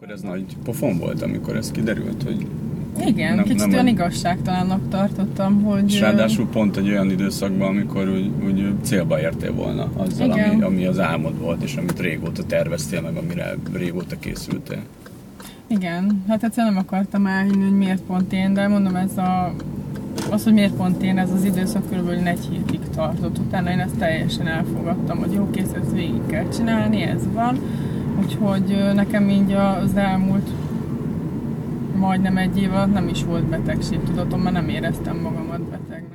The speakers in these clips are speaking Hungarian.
Akkor ez nagy pofon volt, amikor ez kiderült, hogy... Igen, kicsit olyan igazságtalannak tartottam, hogy... És ráadásul pont egy olyan időszakban, amikor úgy célba értél volna azzal, ami az álmod volt, és amit régóta terveztél, meg amire régóta készültél. Igen, hát egyszerűen nem akartam elhinni, hogy miért pont én, de mondom, az, hogy miért pont én, ez az időszak körülbelül 1 hétig tartott. Utána én ezt teljesen elfogadtam, hogy jó, kész, ezt végig kell csinálni, ez van. Úgyhogy nekem így az elmúlt majdnem 1 év alatt nem is volt betegségtudatom, mert nem éreztem magamat betegnek.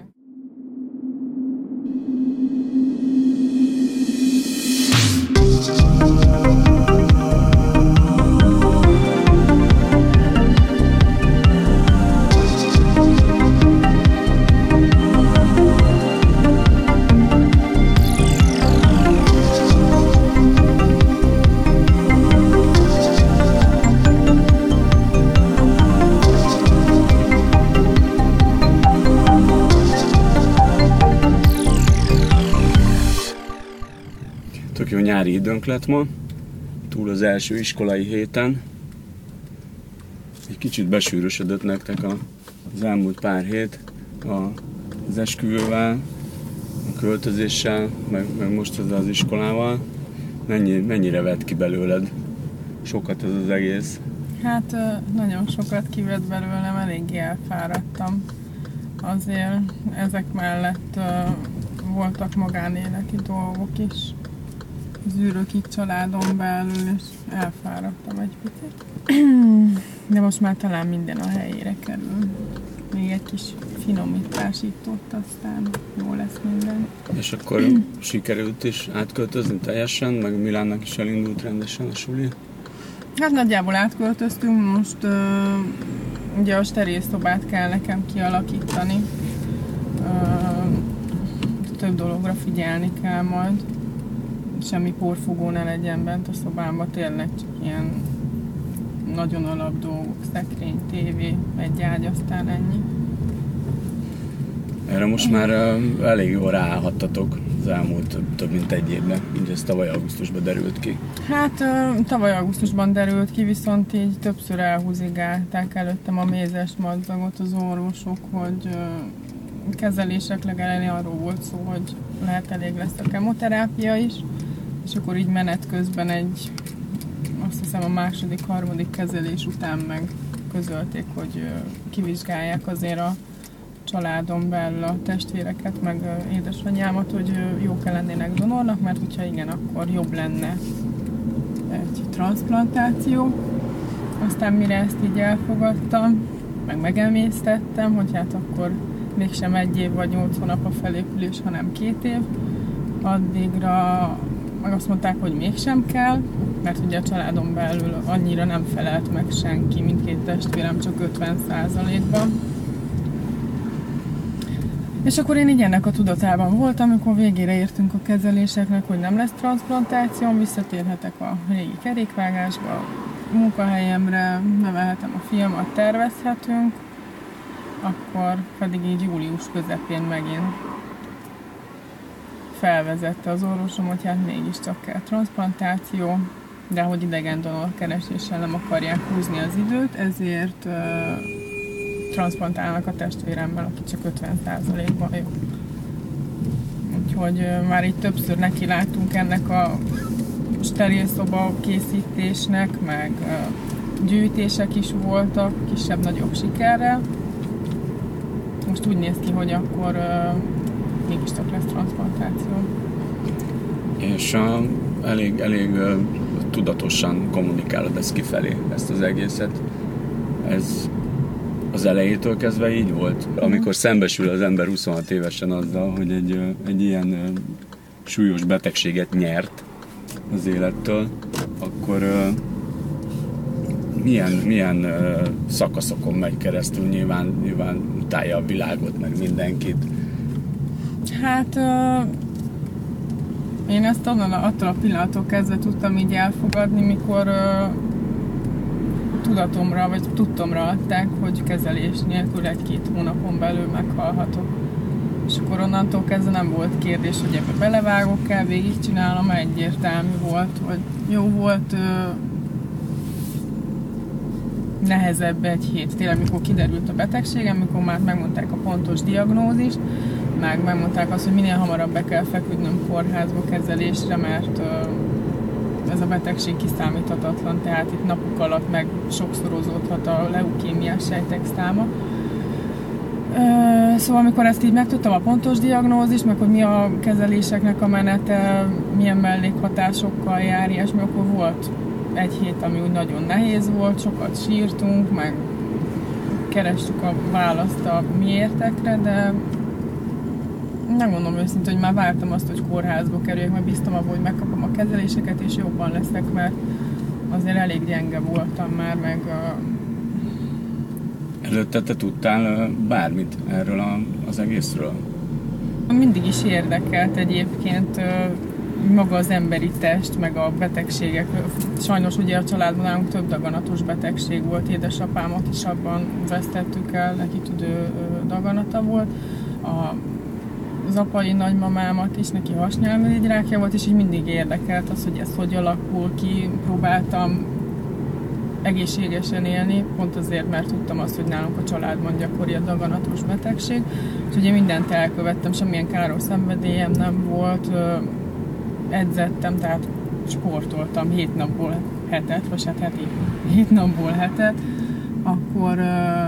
Tök jó nyári időnk lett ma, túl az első iskolai héten. Egy kicsit besűrösödött nektek az elmúlt pár hét az esküvővel, a költözéssel, meg most az iskolával. Mennyire vett ki belőled? Sokat ez az egész? Hát nagyon sokat kivett belőlem, eléggé elfáradtam. Azért ezek mellett voltak magánéleti dolgok is. Zűrök itt családon belül, és elfáradtam egy picit. De most már talán minden a helyére kerül. Még egy kis finomítás itt-ott, aztán jó lesz minden. És akkor sikerült is átköltözni teljesen, meg Milánnak is elindult rendesen a suli? Hát nagyjából átköltöztünk, most ugye a sterészszobát kell nekem kialakítani. Több dologra figyelni kell majd. Semmi porfogó ne legyen bent a szobámban, tényleg csak ilyen nagyon alap dolgok, szekrény, tévé, egy ágy, aztán ennyi. Erre most már elég jól ráállhattatok az elmúlt több mint 1 évben, így ez tavaly augusztusban derült ki. Hát tavaly augusztusban derült ki, viszont így többször elhúzigálták előttem a mézes madzagot az orvosok, hogy kezelések legelején arról volt szó, hogy lehet elég lesz a kemoterápia is, és akkor így menet közben azt hiszem a második, harmadik kezelés után meg közölték, hogy kivizsgálják azért a családon belül a testvéreket, meg édesanyámat, hogy jók lennének donornak, mert hogyha igen, akkor jobb lenne egy transzplantáció. Aztán mire ezt így elfogadtam, meg megemésztettem, hogy hát akkor mégsem 1 év vagy 8 hónap a felépülés, hanem 2 év. Addigra meg azt mondták, hogy mégsem kell, mert ugye a családon belül annyira nem felelt meg senki, mindkét testvérem csak 50%-ban. És akkor én így ennek a tudatában voltam, amikor végére értünk a kezeléseknek, hogy nem lesz transzplantációm, visszatérhetek a régi kerékvágásba, a munkahelyemre, nevelhetem a fiamat, tervezhetünk, akkor pedig így július közepén megint felvezette az orvosom, hogy hát mégiscsak kell transzplantáció, de hogy idegen donor kereséssel nem akarják húzni az időt, ezért transzplantálnak a testvéremmel, aki csak 50%-ban jó. Úgyhogy már itt többször neki láttunk ennek a sterilszoba készítésnek, meg gyűjtések is voltak, kisebb-nagyobb sikerrel. Most úgy néz ki, hogy akkor mégiscsak lesz transzplantáció. És elég tudatosan kommunikálod ezt kifelé, ezt az egészet. Ez az elejétől kezdve így volt? Amikor szembesül az ember 26 évesen azzal, hogy egy ilyen súlyos betegséget nyert az élettől, akkor milyen szakaszokon megy keresztül, nyilván utálja a világot, meg mindenkit. Hát én ezt attól a pillanattól kezdve tudtam így elfogadni, mikor tudatomra, vagy tudtomra adták, hogy kezelés nélkül 1-2 hónapon belül meghalhatok. És akkor onnantól kezdve nem volt kérdés, hogy ebbe belevágok-e, végigcsinálom, egyértelmű volt, hogy jó volt nehezebb egy hét. Tényleg, mikor kiderült a betegségem, mikor már megmondták a pontos diagnózist, megmondták azt, hogy minél hamarabb be kell feküdnöm kórházba kezelésre, mert ez a betegség kiszámíthatatlan, tehát itt napok alatt meg sokszorozódhat a leukémiás sejtek száma. Szóval amikor ezt így megtudtam a pontos diagnózist, meg hogy mi a kezeléseknek a menete, milyen mellékhatásokkal jár, ilyesmi, akkor volt egy hét, ami úgy nagyon nehéz volt, sokat sírtunk, meg kerestük a választ a miértekre, de megmondom őszintén, hogy már vártam azt, hogy kórházba kerüljek, mert bíztam abban, hogy megkapom a kezeléseket, és jobban leszek, mert azért elég gyenge voltam már, meg... Előtte te tudtál bármit erről az egészről? Mindig is érdekelt egyébként maga az emberi test, meg a betegségek. Sajnos ugye a családban nálunk több daganatos betegség volt, édesapámat is abban vesztettük el, neki tüdő daganata volt. Az apai nagymamámat is, neki hasnyálmirigyrákja volt, és így mindig érdekelt az, hogy ez hogy alakul ki. Próbáltam egészségesen élni, pont azért, mert tudtam azt, hogy nálunk a családban gyakori a daganatos betegség. Úgyhogy én mindent elkövettem, semmilyen káros szenvedélyem nem volt, edzettem, tehát sportoltam 7 napból hetet, vagy hát heti 7 napból hetet, akkor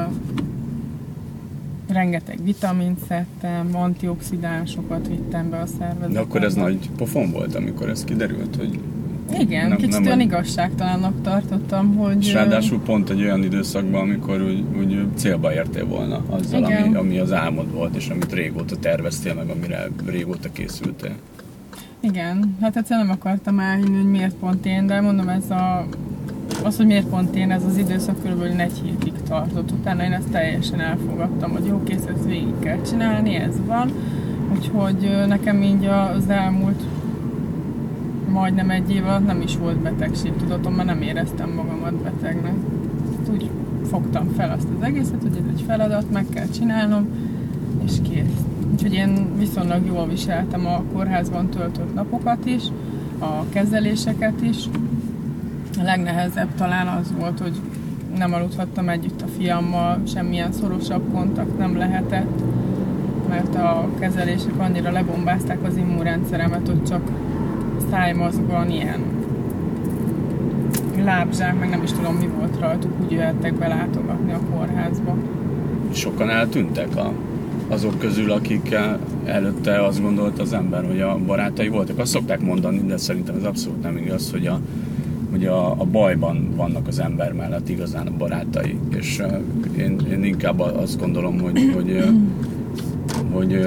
rengeteg vitamint szedtem, antioxidánsokat vittem be a szervezetbe. De akkor ez nagy pofon volt, amikor ez kiderült, hogy... Igen, kicsit olyan igazságtalannak tartottam, hogy... És ráadásul pont egy olyan időszakban, amikor úgy célba értél volna azzal, ami az álmod volt, és amit régóta terveztél, meg amire régóta készültél. Igen, hát egyszerűen nem akartam elhinni, hogy miért pont én, de mondom, az, hogy miért pont én, ez az időszak körülbelül 1 hétig tartott. Utána én ezt teljesen elfogadtam, hogy jó, kész, ezt végig kell csinálni, ez van. Úgyhogy nekem így az elmúlt majdnem 1 év alatt nem is volt betegségtudatom, mert nem éreztem magamat betegnek. Úgy fogtam fel azt az egészet, hogy ez egy feladat, meg kell csinálnom, és kész. Úgyhogy én viszonylag jól viseltem a kórházban töltött napokat is, a kezeléseket is. A legnehezebb talán az volt, hogy nem aludhattam együtt a fiammal, semmilyen szorosabb kontakt nem lehetett, mert a kezelések annyira lebombázták az immunrendszeremet, hogy csak szájmaszkban ilyen lábzsák, meg nem is tudom mi volt rajtuk, úgy jöhettek be látogatni a kórházba. Sokan eltűntek azok közül, akik előtte azt gondolt az ember, hogy a barátai voltak. Azt szokták mondani, de szerintem ez abszolút nem igaz, hogy a bajban vannak az ember mellett igazán a barátai. És én inkább azt gondolom, hogy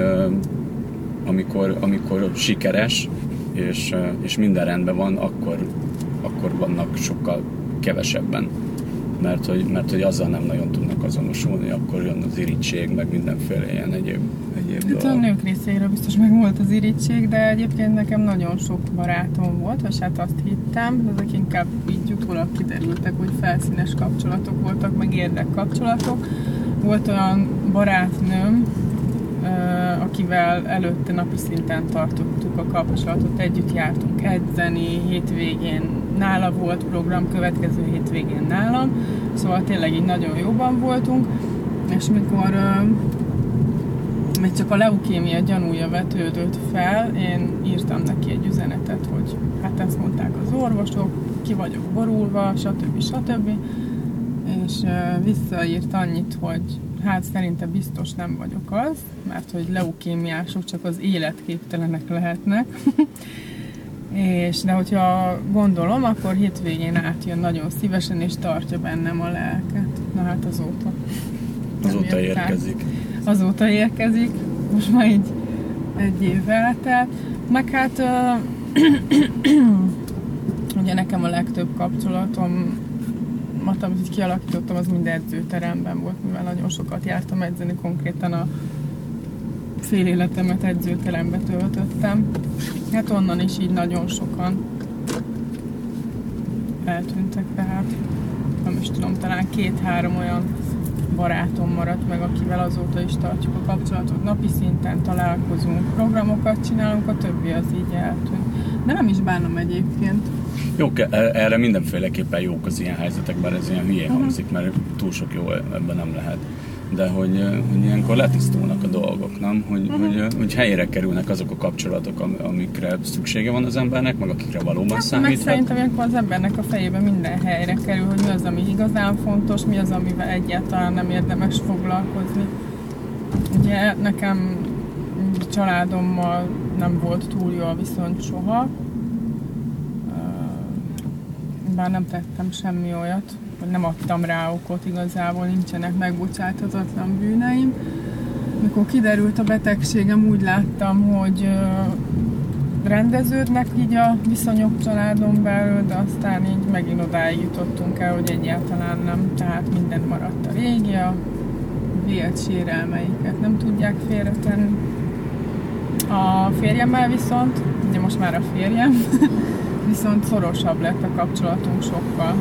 amikor sikeres, és minden rendben van, akkor vannak sokkal kevesebben. Mert hogy azzal nem nagyon tudnak azonosulni, akkor jön az irigység, meg mindenféle ilyen egyéb dolog. Hát a nők részéről biztos meg volt az irigység, de egyébként nekem nagyon sok barátom volt, vagy hát azt hittem, ezek inkább így utólag kiderültek, hogy felszínes kapcsolatok voltak, meg érdekkapcsolatok. Volt olyan barátnőm, akivel előtte napi szinten tartottuk a kapcsolatot, együtt jártunk edzeni, hétvégén nála volt program, következő hétvégén nálam, szóval tényleg így nagyon jóban voltunk, és mikor még csak a leukémia gyanúja vetődött fel, én írtam neki egy üzenetet, hogy hát ezt mondták az orvosok, ki vagyok borulva, stb. És visszaírt annyit, hogy hát szerintem biztos nem vagyok az, mert hogy leukémiások csak az életképtelenek lehetnek. De hogyha gondolom, akkor hétvégén átjön nagyon szívesen, és tartja bennem a lelket. Na hát azóta. Azóta érkezik. Azóta érkezik, most már így 1 év eltelt. Meg hát ugye nekem a legtöbb kapcsolatom, amit kialakítottam, az mind edzőteremben volt, mivel nagyon sokat jártam edzeni, konkrétan a fél életemet edzőterembe töltöttem. Hát onnan is így nagyon sokan eltűntek, tehát nem is tudom, talán 2-3 olyan barátom maradt meg, akivel azóta is tartjuk a kapcsolatot, napi szinten találkozunk, programokat csinálunk, a többi az így eltűnt. De nem is bánom egyébként. Jók, erre mindenféleképpen jók az ilyen helyzetek, bár ez ilyen hülyén hangzik, mert túl sok jó ebben nem lehet. De hogy ilyenkor letisztulnak a dolgok, nem? Hogy helyére kerülnek azok a kapcsolatok, amikre szüksége van az embernek, meg akikre valóban számíthat. Meg szerintem ilyenkor az embernek a fejében minden helyre kerül, hogy mi az, ami igazán fontos, mi az, amivel egyáltalán nem érdemes foglalkozni. Ugye nekem családommal nem volt túl jó a viszont soha. Bár nem tettem semmi olyat, vagy nem adtam rá okot, igazából nincsenek megbocsáthatatlan bűneim. Mikor kiderült a betegségem, úgy láttam, hogy rendeződnek így a viszonyok családon belül, de aztán így megint odáig jutottunk el, hogy egyáltalán nem, tehát minden maradt a régi, a vélt sérelmeiket nem tudják félretenni. A férjemmel viszont, ugye most már a férjem, viszont szorosabb lett a kapcsolatunk sokkal.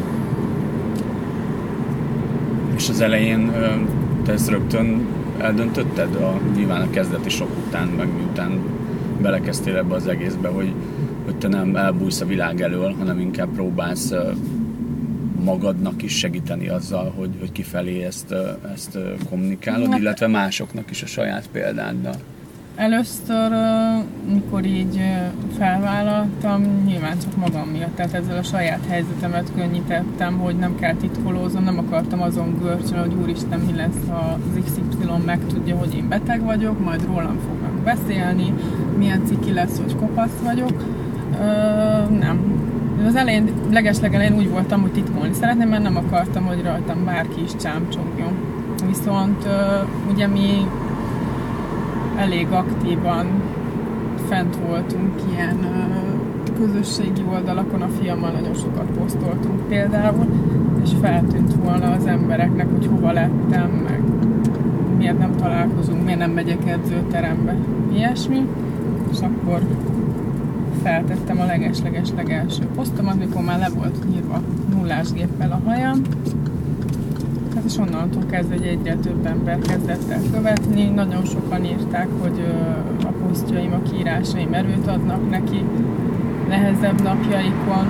És az elején te ezt rögtön eldöntötted, nyilván a kezdeti sok után, meg miután belekezdtél ebbe az egészbe, hogy te nem elbújsz a világ elől, hanem inkább próbálsz magadnak is segíteni azzal, hogy kifelé ezt kommunikálod, illetve másoknak is a saját példáddal. Először, mikor így felvállaltam, nyilván csak magam miatt, tehát ezzel a saját helyzetemet könnyítettem, hogy nem kell titkolóznom, nem akartam azon görcsön, hogy úristen, mi lesz, ha az XY megtudja, hogy én beteg vagyok, majd rólam fognak beszélni, milyen ciki lesz, hogy kopasz vagyok. Nem. Az elején, legeslegelején úgy voltam, hogy titkolni szeretném, mert nem akartam, hogy rajtam bárki is csámcsogjon. Viszont ugye mi elég aktívan fent voltunk ilyen közösségi oldalakon, a fiammal nagyon sokat posztoltunk például, és feltűnt volna az embereknek, hogy hova lettem, meg miért nem találkozunk, miért nem megyek edzőterembe, ilyesmi, és akkor feltettem a legelső posztomat, amikor már le volt nyírva nullásgéppel a hajam. Hát és onnantól kezdve egyre több ember kezdett el követni. Nagyon sokan írták, hogy a posztjaim, a kiírásaim erőt adnak neki nehezebb napjaikon.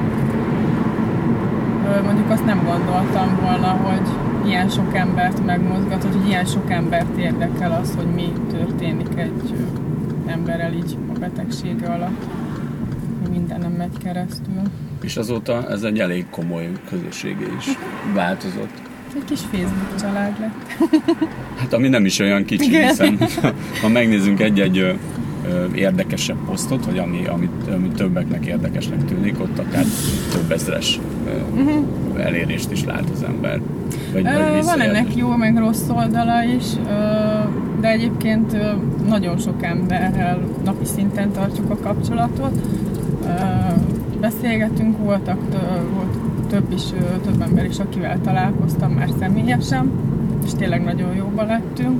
Mondjuk azt nem gondoltam volna, hogy ilyen sok embert megmozgat, hogy ilyen sok embert érdekel az, hogy mi történik egy emberrel így a betegsége alatt. Mindenem megy keresztül. És azóta ez egy elég komoly közössége is változott. Egy kis Facebook család lett. Hát ami nem is olyan kicsi, hiszen ha megnézzünk egy-egy érdekesebb posztot, vagy ami többeknek érdekesnek tűnik, ott akár több ezres elérést is lát az ember. Vagy van ennek jó, meg rossz oldala is, de egyébként nagyon sok emberrel napi szinten tartjuk a kapcsolatot. Beszélgetünk, volt több ember is, akivel találkoztam már személyesen, és tényleg nagyon jóba lettünk.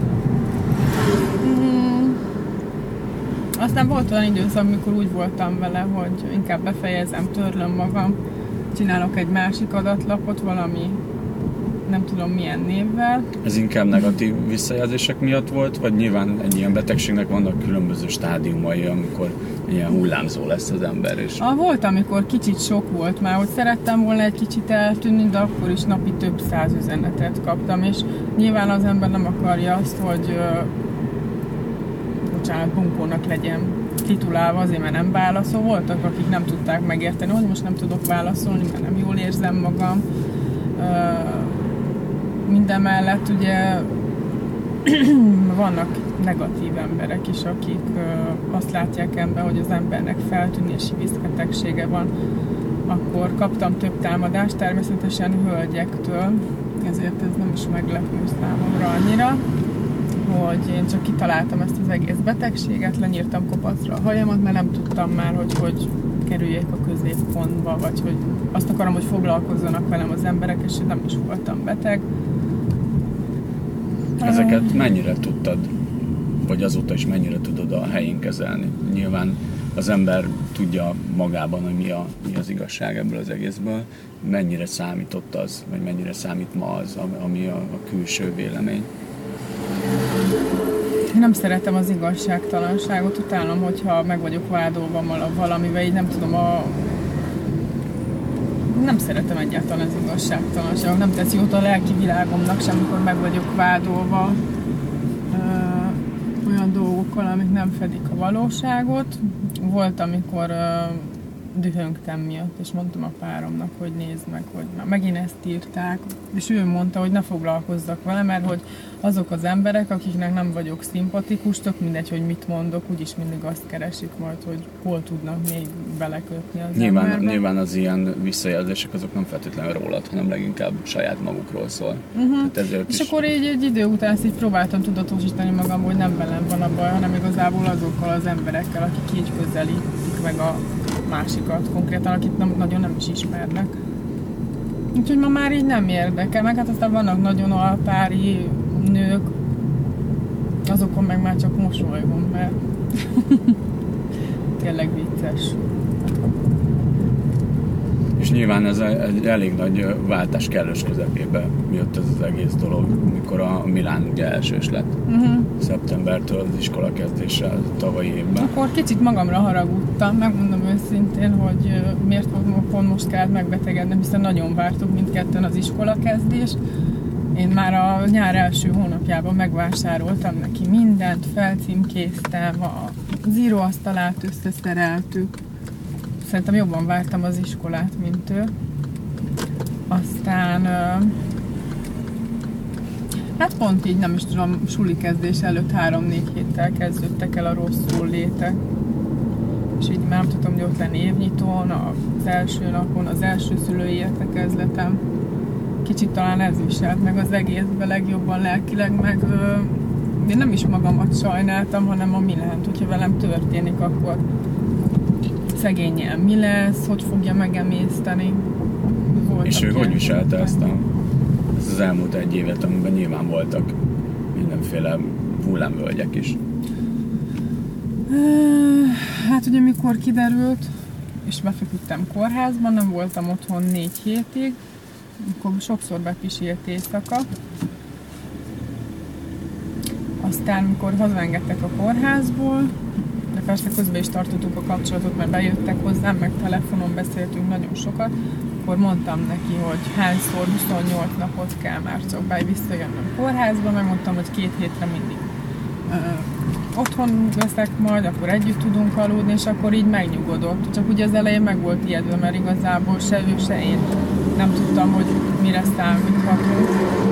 Aztán volt olyan időszak, amikor úgy voltam vele, hogy inkább befejezem, törlöm magam, csinálok egy másik adatlapot valami, nem tudom milyen névvel. Ez inkább negatív visszajelzések miatt volt, vagy nyilván egy ilyen betegségnek vannak különböző stádiumai, amikor ilyen hullámzó lesz az ember is? Volt, amikor kicsit sok volt már, hogy szerettem volna egy kicsit eltűnni, de akkor is napi több 100 üzenetet kaptam, és nyilván az ember nem akarja azt, hogy bunkónak legyen titulálva azért, mert nem válaszol. Voltak, akik nem tudták megérteni, hogy most nem tudok válaszolni, mert nem jól érzem magam. Minden mellett ugye vannak negatív emberek is, akik azt látják ember, hogy az embernek feltűnési vízbetegsége van. Akkor kaptam több támadást, természetesen hölgyektől, ezért ez nem is meglepő számomra annyira, hogy én csak kitaláltam ezt az egész betegséget, lenyírtam kopacra a hajamat, mert nem tudtam már, hogy kerüljék a középpontba, vagy hogy azt akarom, hogy foglalkozzanak velem az emberek, és nem is voltam beteg. Ezeket mennyire tudtad, vagy azóta is mennyire tudod a helyén kezelni? Nyilván az ember tudja magában, hogy mi az igazság ebből az egészből. Mennyire számított az, vagy mennyire számít ma az, ami a külső vélemény? Nem szeretem az igazságtalanságot, utálom, hogyha meg vagyok vádolva valamivel, így nem tudom nem szeretem egyáltalán az igazságtalanságot, nem tesz jót a lelki világomnak sem, amikor meg vagyok vádolva olyan dolgokkal, amik nem fedik a valóságot. Volt, amikor dühöngtem miatt, és mondtam a páromnak, hogy nézd meg, hogy már megint ezt írták, és ő mondta, hogy ne foglalkozzak vele, mert hogy azok az emberek, akiknek nem vagyok szimpatikus, tök mindegy, hogy mit mondok, úgyis mindig azt keresik majd, hogy hol tudnak még belekötni az emberbe. Nyilván az ilyen visszajelzések azok nem feltétlenül rólad, hanem leginkább saját magukról szól. És akkor így egy idő után így próbáltam tudatosítani magam, hogy nem velem van a baj, hanem igazából azokkal az emberekkel, akik így közelítik meg a másikat konkrétan, akit nagyon nem is ismernek. Úgyhogy ma már így nem érdekel, meg hát aztán vannak nagyon alpári nők, azokon meg már csak mosolygom, mert tényleg vicces. És nyilván ez egy elég nagy váltás kellős közepébe jött ez az egész dolog, mikor a Milán ugye elsős lett. Szeptembertől az iskola kezdéssel tavalyi évben. Akkor kicsit magamra haragudtam, megmondom őszintén, hogy miért pont most kellett megbetegednem, hiszen nagyon vártuk mindketten az iskola kezdést. Én már a nyár első hónapjában megvásároltam neki mindent, felcímkéztem, az íróasztalát összeszereltük. Szerintem jobban vártam az iskolát, mint ő. Aztán hát pont így, nem is tudom, suli kezdés előtt 3-4 héttel kezdődtek el a rosszul létek. És így már nem tudtam, hogy ott lenni évnyitón, az első napon, az első szülői értekezletem. Kicsit talán ez viselt meg az egészben legjobban lelkileg, meg én nem is magamat sajnáltam, hanem a Milánt, hogyha velem történik, akkor szegényen mi lesz, hogy fogja megemészteni. És ő hogy viselte ezt az elmúlt egy évet, amiben nyilván voltak mindenféle hullámvölgyek is? Hát ugye mikor kiderült, és befeküdtem kórházban, nem voltam otthon 4 hétig, akkor sokszor bepisílt éjszaka. Aztán, mikor hazaengedtek a kórházból, de persze közben is tartottuk a kapcsolatot, mert bejöttek hozzám, meg telefonon beszéltünk nagyon sokat, akkor mondtam neki, hogy hányszor, 28 napot kell már csak visszajönnöm kórházba, megmondtam, hogy 2 hétre mindig otthon leszek majd, akkor együtt tudunk aludni, és akkor így megnyugodott. Csak ugye az elején meg volt ijedve, mert igazából se ő, se én nem tudtam, hogy mire számíthatunk.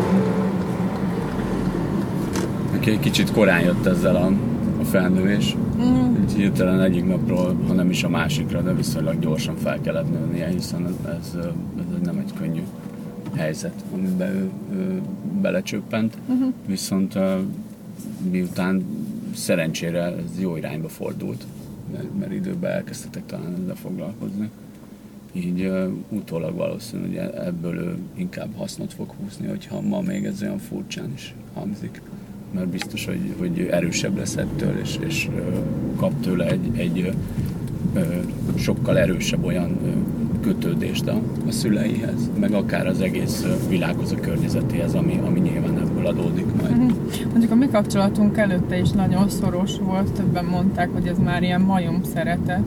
Egy kicsit korán jött ezzel a felnővés. Így hirtelen egyik napról, ha nem is a másikra, de viszonylag gyorsan fel kellett nőnie, hiszen ez nem egy könnyű helyzet, amiben ő belecsöppent. Viszont miután szerencsére ez jó irányba fordult, mert időben elkezdtek talán ezzel foglalkozni. Így utólag valószínű, hogy ebből ő inkább hasznot fog húzni, hogyha ma még ez olyan furcsán is hangzik. Mert biztos, hogy erősebb lesz ettől, és kap tőle egy sokkal erősebb olyan kötődést a szüleihez, meg akár az egész világhoz, a környezetéhez, ami nyilván ebből adódik majd. Mondjuk a mi kapcsolatunk előtte is nagyon szoros volt, többen mondták, hogy ez már ilyen majom szeretet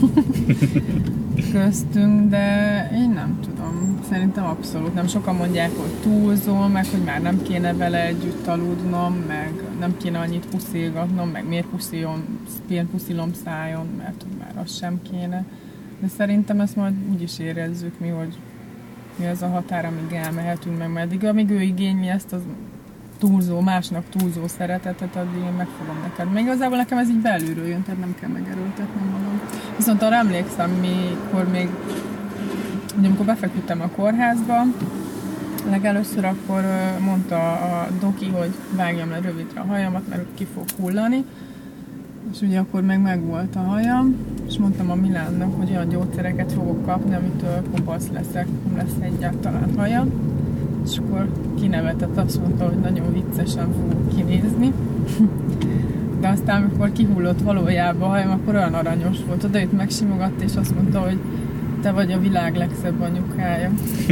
köztünk, de én nem tudom, szerintem abszolút nem. Sokan mondják, hogy túlzol, meg hogy már nem kéne vele együtt aludnom, meg nem kéne annyit puszilgatnom, meg miért puszilom szájon, mert már az sem kéne. De szerintem ezt majd úgy is érezzük mi, hogy mi az a határ, amíg elmehetünk, meg meddig. Amíg ő igényli ezt az másnak túlzó szeretetet, addig én meg fogom neked. Még igazából nekem ez így belülről jön, tehát nem kell megerőltetnem magam. Viszont arra emlékszem, mikor még, ugye amikor befeküdtem a kórházba, legelőször akkor mondta a doki, hogy vágjam le rövidre a hajamat, mert ki fog hullani. És ugye akkor meg volt a hajam, és mondtam a Milánnak, hogy olyan gyógyszereket fogok kapni, amitől kopasz leszek, nem lesz egyáltalán hajam. És akkor kinevetett, azt mondta, hogy nagyon viccesen fogok kinézni. De aztán, amikor kihullott valójában a hajam, akkor olyan aranyos volt. Odajött, megsimogatta, és azt mondta, hogy te vagy a világ legszebb anyukája.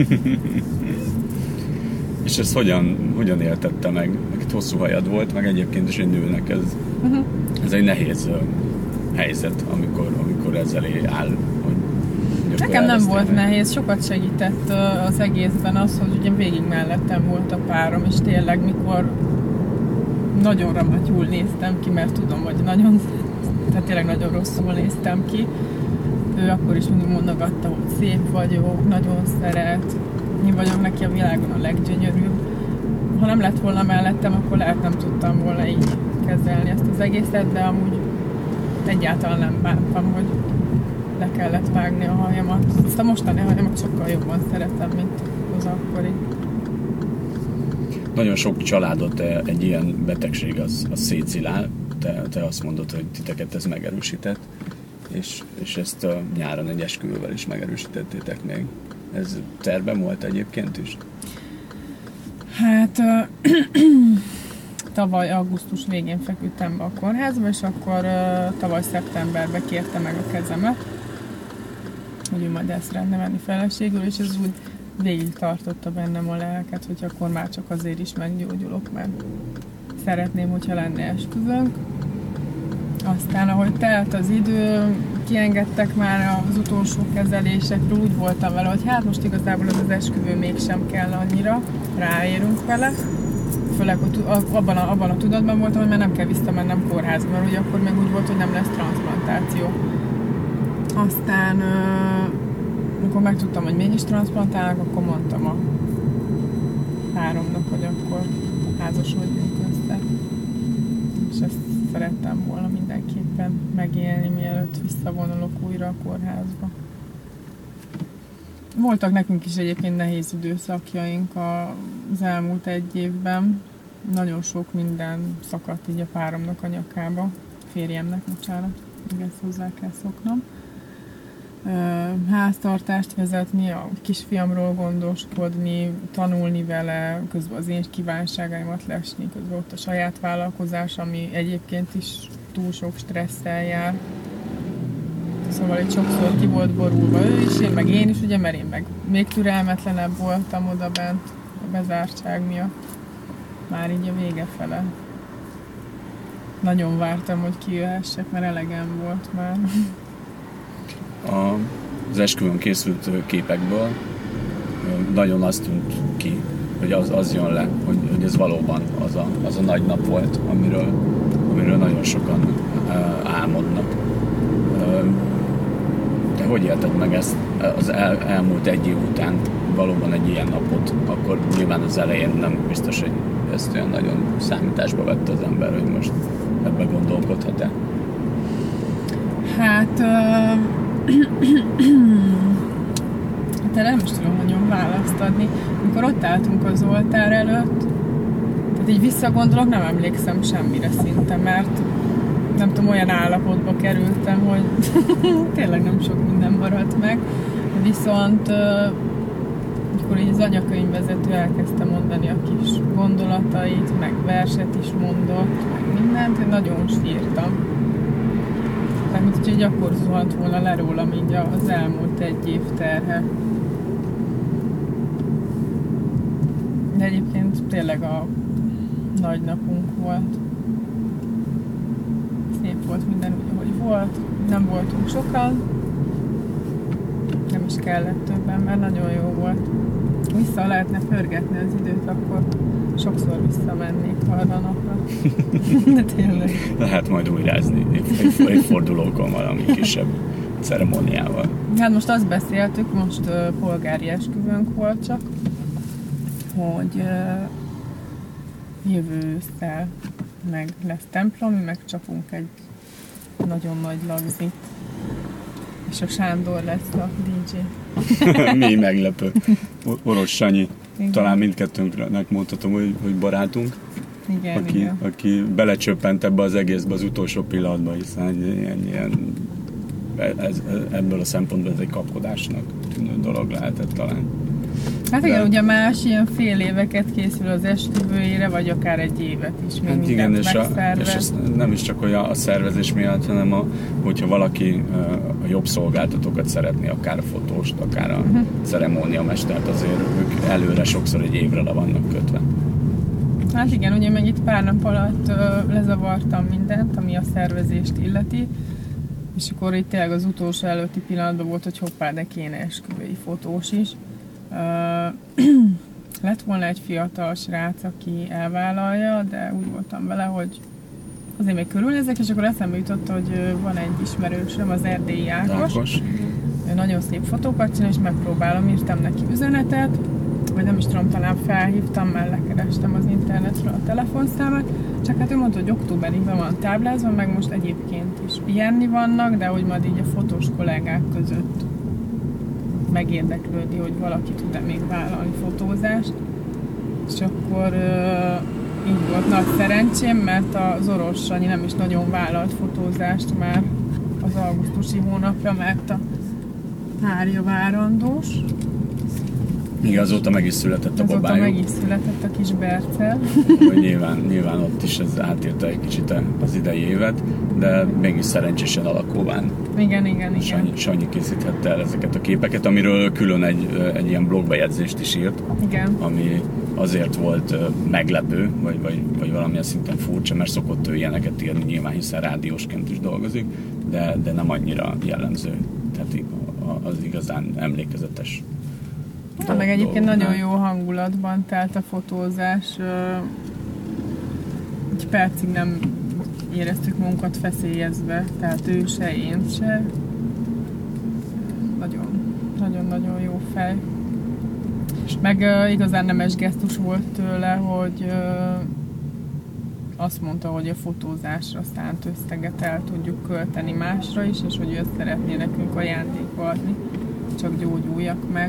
És ezt hogyan éltette meg? Neked hosszú hajad volt, meg egyébként is egy nőnek ez egy nehéz helyzet, amikor ezzel áll, hogy Nekem nem volt elvesztél? nehéz, sokat segített az egészben az, hogy ugye végig mellettem volt a párom, és tényleg mikor nagyon ramatyul néztem ki, mert tudom, hogy tehát tényleg nagyon rosszul néztem ki. Ő akkor is mindig mondogatta, hogy szép vagyok, nagyon szeret, én vagyok neki a világon a leggyönyörűbb. Ha nem lett volna mellettem, akkor lehet nem tudtam volna így kezelni ezt az egészet, de amúgy egyáltalán nem bántam, hogy le kellett vágni a hajamat. Ezt a mostani hajamat sokkal jobban szeretem, mint az akkori. Nagyon sok családot egy ilyen betegség az szétszilál. Te azt mondod, hogy titeket ez megerősített, és ezt a nyáron egy esküvővel is megerősítettétek még. Ez tervben volt egyébként is? Hát tavaly augusztus végén feküdtem be a kórházba, és akkor tavaly szeptemberben kérte meg a kezemet, hogy ő majd el szeretne venni feleségül, és ez úgy végig tartotta bennem a lelket, hogy akkor már csak azért is meggyógyulok, mert szeretném, hogyha lenne esküvőnk. Aztán, ahogy telt az idő, kiengedtek már az utolsó kezelésekről, úgy voltam vele, hogy hát most igazából az esküvő mégsem kell annyira, ráérünk vele. Főleg abban a tudatban voltam, hogy már nem kell visszamennem kórházba, mert ugye akkor még úgy volt, hogy nem lesz transzplantáció. Aztán, amikor megtudtam, hogy mégis transzplantálnak, akkor mondtam a páromnak, hogy akkor házasodjunk össze. És ezt szerettem volna mindenképpen megélni, mielőtt visszavonulok újra a kórházba. Voltak nekünk is egyébként nehéz időszakjaink az elmúlt egy évben. Nagyon sok minden szakadt így a páromnak a nyakába. Férjemnek, bocsánat, még ezt hozzá kell szoknom. Háztartást vezetni, a kisfiamról gondoskodni, tanulni vele, közben az én kívánságaimat lesni, közben ott a saját vállalkozás, ami egyébként is túl sok stresszel jár. Szóval itt sokszor ki volt borulva ő is, én is, ugye, mert én meg még türelmetlenebb voltam oda bent a bezártság miatt. Már így a vége fele. Nagyon vártam, hogy kijöhessek, mert elegem volt már. Az esküvőn készült képekből nagyon azt tűnt ki, hogy az jön le, hogy ez valóban az a nagy nap volt, amiről nagyon sokan álmodnak. Te hogy élted meg ezt az elmúlt egy év után, valóban egy ilyen napot? Akkor nyilván az elején nem biztos, hogy ezt olyan nagyon számításba vette az ember, hogy most ebbe gondolkodhat-e? Hát erre nem is tudom nagyon választ adni. Amikor ott álltunk az oltár előtt, tehát így visszagondolok, nem emlékszem semmire szinte, mert nem tudom, olyan állapotba kerültem, hogy tényleg nem sok minden maradt meg. Viszont amikor így az anyakönyvvezető elkezdte mondani a kis gondolatait, meg verset is mondott, meg mindent, én nagyon sírtam. Tehát, mint hogy akkor zuhant volna le rólam így az elmúlt egy év terhe. De egyébként tényleg a nagy napunk volt. Szép volt minden úgy, ahogy volt. Nem voltunk sokan. Nem is kellett többen, mert nagyon jó volt. Vissza lehetne pörgetni az időt, akkor sokszor visszamennék arra a napra. De tényleg. Lehet majd újrázni évfordulókon valami kisebb ceremóniával. Hát most azt beszéltük, most polgári esküvőnk volt csak, hogy jövő ősszel meg lesz templomi, meg csapunk egy nagyon nagy lagzit. És a Sándor lesz a DJ. Mi meglepő. Orosz Sanyi. Igen. Talán mindkettőnknek mondhatom, hogy barátunk. Igen, igen. Aki belecsöppent ebbe az egészbe az utolsó pillanatban, hiszen ebből a szempontból ez egy kapkodásnak tűnő dolog lehetett talán. Hát igen, ugye más ilyen fél éveket készül az esküvőjére, vagy akár egy évet is, még hát igen, és megszervez. nem is csak olyan a szervezés miatt, hanem hogyha valaki a jobb szolgáltatókat szeretné, akár a fotóst, akár a ceremóniamestert, azért ők előre sokszor egy évre le vannak kötve. Hát igen, ugye meg itt pár nap alatt lezavartam mindent, ami a szervezést illeti. És akkor itt tényleg az utolsó előtti pillanatban volt, hogy hoppá, de kéne esküvői fotós is. Lett volna egy fiatal srác, aki elvállalja, de úgy voltam vele, hogy azért még körülnézek, és akkor eszembe jutott, hogy van egy ismerősöm, az Erdélyi Ákos. Ő nagyon szép fotókat csinál, és megpróbálom, írtam neki üzenetet, vagy nem is tudom, talán felhívtam, már lekerestem az internetről a telefonszámát, csak hát ő mondta, hogy októberig be van táblázva, meg most egyébként is pihenni vannak, de hogy majd így a fotós kollégák között megérdeklődi, hogy valaki tud-e még vállalni fotózást. És akkor így volt nagy szerencsém, mert az Orosz Sanyi nem is nagyon vállalt fotózást már az augusztusi hónapja, mert a párja várandós. Igen, azóta meg is született a babájuk. Azóta meg is született a kis Bercel. Nyilván ott is ez átírta egy kicsit az idei évet, de mégis szerencsésen alakulván. Igen. Sanyi készíthette el ezeket a képeket, amiről külön egy ilyen blogbejegyzést is írt. Igen. Ami azért volt meglepő, vagy valamilyen szinten furcsa, mert szokott ő ilyeneket írni, nyilván hiszen rádiósként is dolgozik, de nem annyira jellemző. Tehát az igazán emlékezetes. Meg egyébként nagyon jó hangulatban telt a fotózás. Egy percig nem éreztük magunkat feszélyezve, tehát ő se, én se. Nagyon-nagyon jó fej. Meg igazán nemes gesztus volt tőle, hogy azt mondta, hogy a fotózásra szánt összeget el tudjuk költeni másra is, és hogy ő ezt szeretné nekünk ajándékba adni, csak gyógyuljak meg.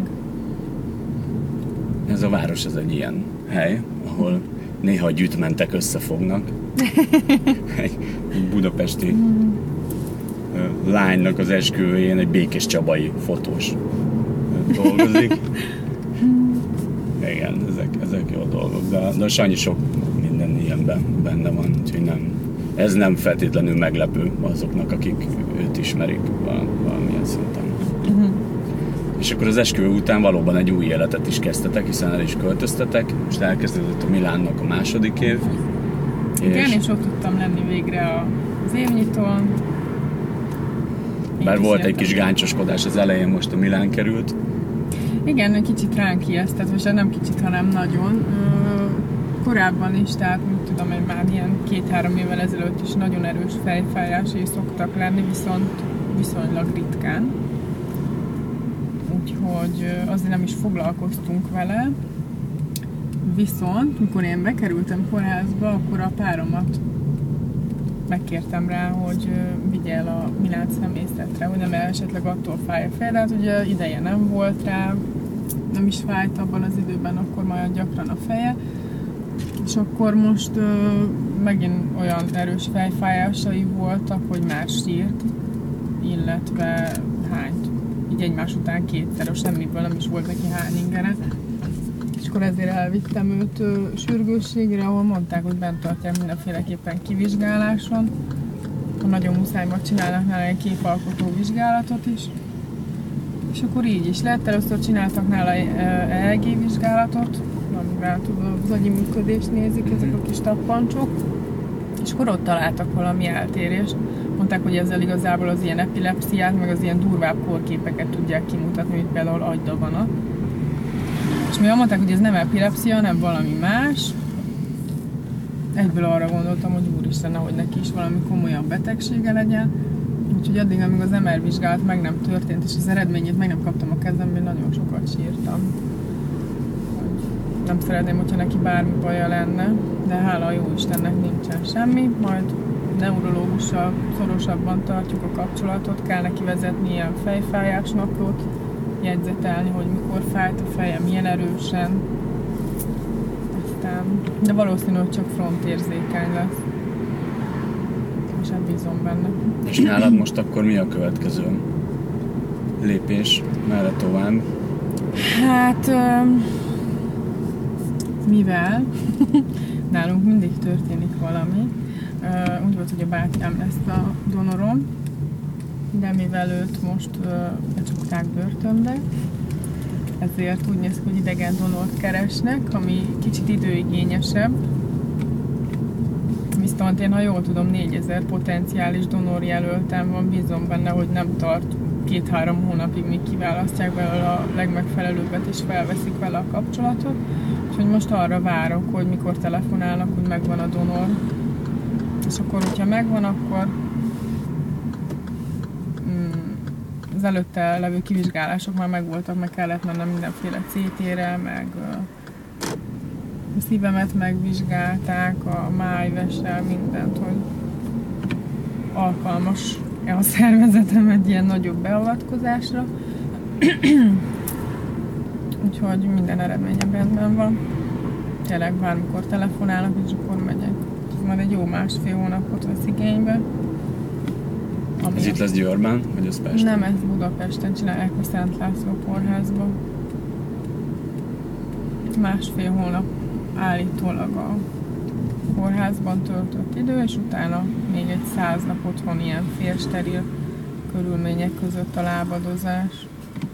Ez a város, ez egy ilyen hely, ahol néha a gyűjtmentek összefognak. Egy budapesti lánynak az esküvőjén egy Békés Csabai fotós dolgozik. Igen, ezek jó dolgok, de Sanyi sok minden ilyenben benne van, úgyhogy ez nem feltétlenül meglepő azoknak, akik őt ismerik valamilyen szinten. És akkor az esküvő után valóban egy új életet is kezdtetek, hiszen el is költöztetek, most elkezdődött a Milánnak a második év. Igen, és ott tudtam lenni végre az évnyitón. Bár volt egy kis gáncsoskodás az elején, most a Milán került. Igen, kicsit ránk ijesztett, vagy nem kicsit, hanem nagyon. Korábban is, tehát mit tudom, hogy már ilyen 2-3 évvel ezelőtt is nagyon erős fejfájásai szoktak lenni, viszont viszonylag ritkán. Úgyhogy azért nem is foglalkoztunk vele. Viszont, mikor én bekerültem kórházba, akkor a páromat megkértem rá, hogy vigye el a Milán személyzetre, hogy nem esetleg attól fáj a feje, de hát ugye ideje nem volt rá, nem is fájt abban az időben, akkor majd gyakran a feje. És akkor most megint olyan erős fejfájásai voltak, hogy már sírt, illetve hányt. Így egymás után 2-szer, semmiből nem is volt neki hányingere. És akkor ezért elvittem őt sürgősségre, ahol mondták, hogy bent tartják mindenféleképpen kivizsgáláson. Ha nagyon muszájban csinálnak nála egy képalkotó vizsgálatot is. És akkor így is lett. Először csináltak nála EEG vizsgálatot, amivel az agyi működést nézik, ezek a kis tappancsok. És akkor ott találtak valami eltérést. Mondták, hogy ezzel igazából az ilyen epilepsziát, meg az ilyen durvább kórképeket tudják kimutatni, mint például agydaganat. És mivel mondták, hogy ez nem epilepszia, hanem valami más, egyből arra gondoltam, hogy úristen, nehogy neki is valami komolyabb betegsége legyen. Úgyhogy addig, amíg az MR vizsgálat meg nem történt, és az eredményét meg nem kaptam a kezembe, nagyon sokat sírtam. Nem szeretném, hogyha neki bármi baja lenne, de hála a jó Istennek nincsen semmi, majd neurológussal szorosabban tartjuk a kapcsolatot, kell neki vezetni ilyen fejfájás naplót, jegyzetelni, hogy mikor fájt a feje, milyen erősen. Aztán, de valószínű, hogy csak frontérzékeny lesz. És hát bízom benne. És nálad most akkor mi a következő lépés? Merre tovább? Hát, mivel nálunk mindig történik valami, úgy volt, hogy a bátyám lesz a donorom, de mivel őt most becsukták börtönbe, ezért úgy néz ki, hogy idegen donort keresnek, ami kicsit időigényesebb, viszont Viszont én, ha jól tudom, 4000 potenciális donorjelöltem van, bízom benne, hogy nem tart 2-3 hónapig, míg kiválasztják belőle a legmegfelelőbbet és felveszik vele a kapcsolatot. Úgyhogy most arra várok, hogy mikor telefonálnak, hogy megvan a donor. És akkor, hogyha megvan, akkor az előtte levő kivizsgálások már megvoltak, meg kellett mennem mindenféle CT-re, meg a szívemet megvizsgálták, a májvessel, mindent, hogy alkalmas a szervezetem egy ilyen nagyobb beavatkozásra. Úgyhogy minden eredményem rendben van. Tényleg bármikor telefonálnak, és akkor megyek. Ez majd egy jó 1,5 hónapot vesz igénybe. Ez itt lesz Győrben, vagy az Pesten? Nem, ez Budapesten csinálják a Szent László kórházban. 1,5 hónap állítólag a kórházban töltött idő, és utána még egy 100 nap otthon ilyen félsteril körülmények között a lábadozás.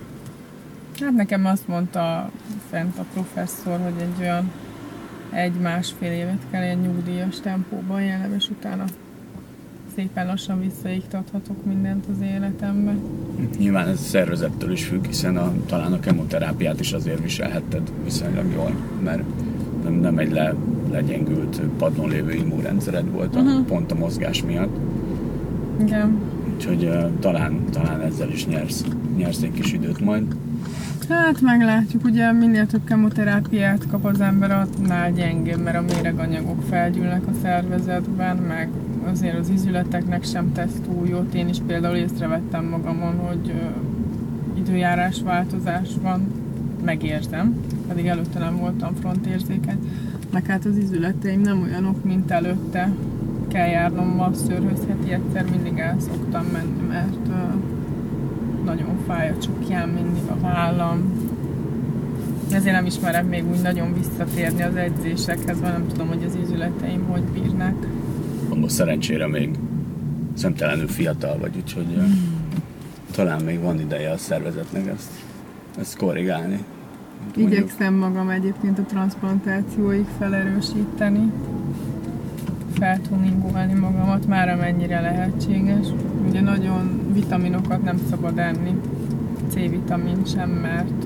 Hát nekem azt mondta fent a professzor, hogy egy olyan 1-1,5 évet kell ilyen nyugdíjas tempóban élnem, és utána szépen lassan visszaiktathatok mindent az életembe. Nyilván ez szervezettől is függ, hiszen talán a kemoterápiát is azért viselhetted viszonylag jól, mert nem egy legyengült padlón lévő immunrendszered volt pont a mozgás miatt. Igen. Úgyhogy talán ezzel is nyersz egy kis időt majd. Hát meglátjuk, ugye minél több kemoterápiát kap az ember, annál gyengébb, mert a méreganyagok felgyűlnek a szervezetben, meg azért az izületeknek sem tesz túl jót. Én is például észrevettem magamon, hogy időjárás változás van, megérzem, pedig előtte nem voltam frontérzékeny, meg hát az izületeim nem olyanok, mint előtte. Kell járnom masszőrhöz, heti egyszer mindig el szoktam menni, mert nagyon fáj a csukján mindig a vállam. Ezért nem ismerem még úgy nagyon visszatérni az edzésekhez, mert nem tudom, hogy az izületeim hogy bírnak. Mondom, szerencsére még szemtelenül fiatal vagy, úgyhogy talán még van ideje a szervezetnek ezt korrigálni. Igyekszem magam egyébként a transzplantációig felerősíteni, feltuningolni magamat, már amennyire lehetséges. Ugye nagyon vitaminokat nem szabad enni, C-vitamin sem, mert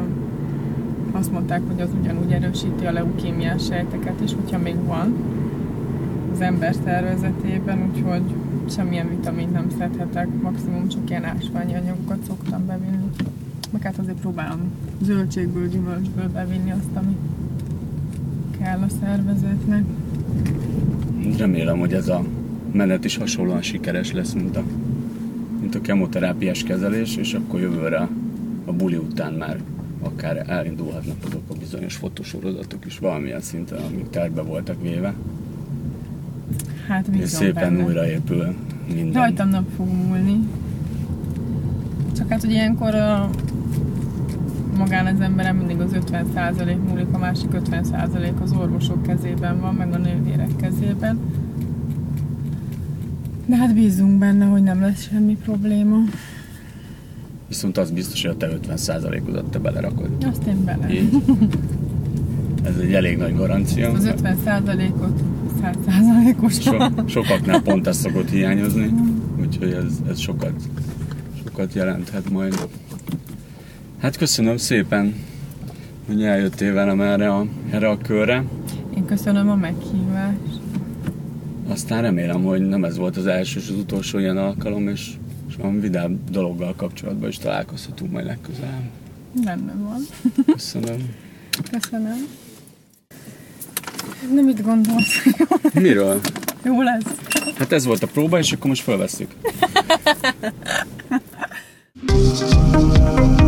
azt mondták, hogy az ugyanúgy erősíti a leukémiás sejteket is, hogyha még van az ember szervezetében, úgyhogy semmilyen vitamint nem szedhetek, maximum csak ilyen ásványi anyagokat szoktam bevinni. Meg hát azért próbálom zöldségből, gyümölcsből bevinni azt, ami kell a szervezetnek. Remélem, hogy ez a menet is hasonlóan sikeres lesz, mint a kemoterápiás kezelés, és akkor jövőre a buli után már akár elindulhatnak azok a bizonyos fotósorozatok is valamilyen szinten, amik tervbe voltak véve. Hát bízom szépen benne. újraépül minden. Rajtam nem fog múlni. Csak hát, hogy ilyenkor magán az emberem mindig az 50% múlik, a másik 50% az orvosok kezében van, meg a nővérek kezében. De hát bízunk benne, hogy nem lesz semmi probléma. Viszont az biztos, hogy a te 50%-odat te belerakod. Azt én bele. Így. Ez egy elég nagy garancia. Az 50%-ot 100%-os. Sokaknál pont ez szokott hiányozni, úgyhogy ez sokat jelenthet majd. Hát köszönöm szépen, hogy eljöttél velem erre a körre. Én köszönöm a meghívást. Aztán remélem, hogy nem ez volt az első és az utolsó ilyen alkalom, és valami vidám dologgal kapcsolatban is találkozhatunk majd legközelebb. Rendben van. Köszönöm. Köszönöm. De mit gondolsz? Miről? Jó lesz. Hát ez volt a próba, és akkor most felvesszük.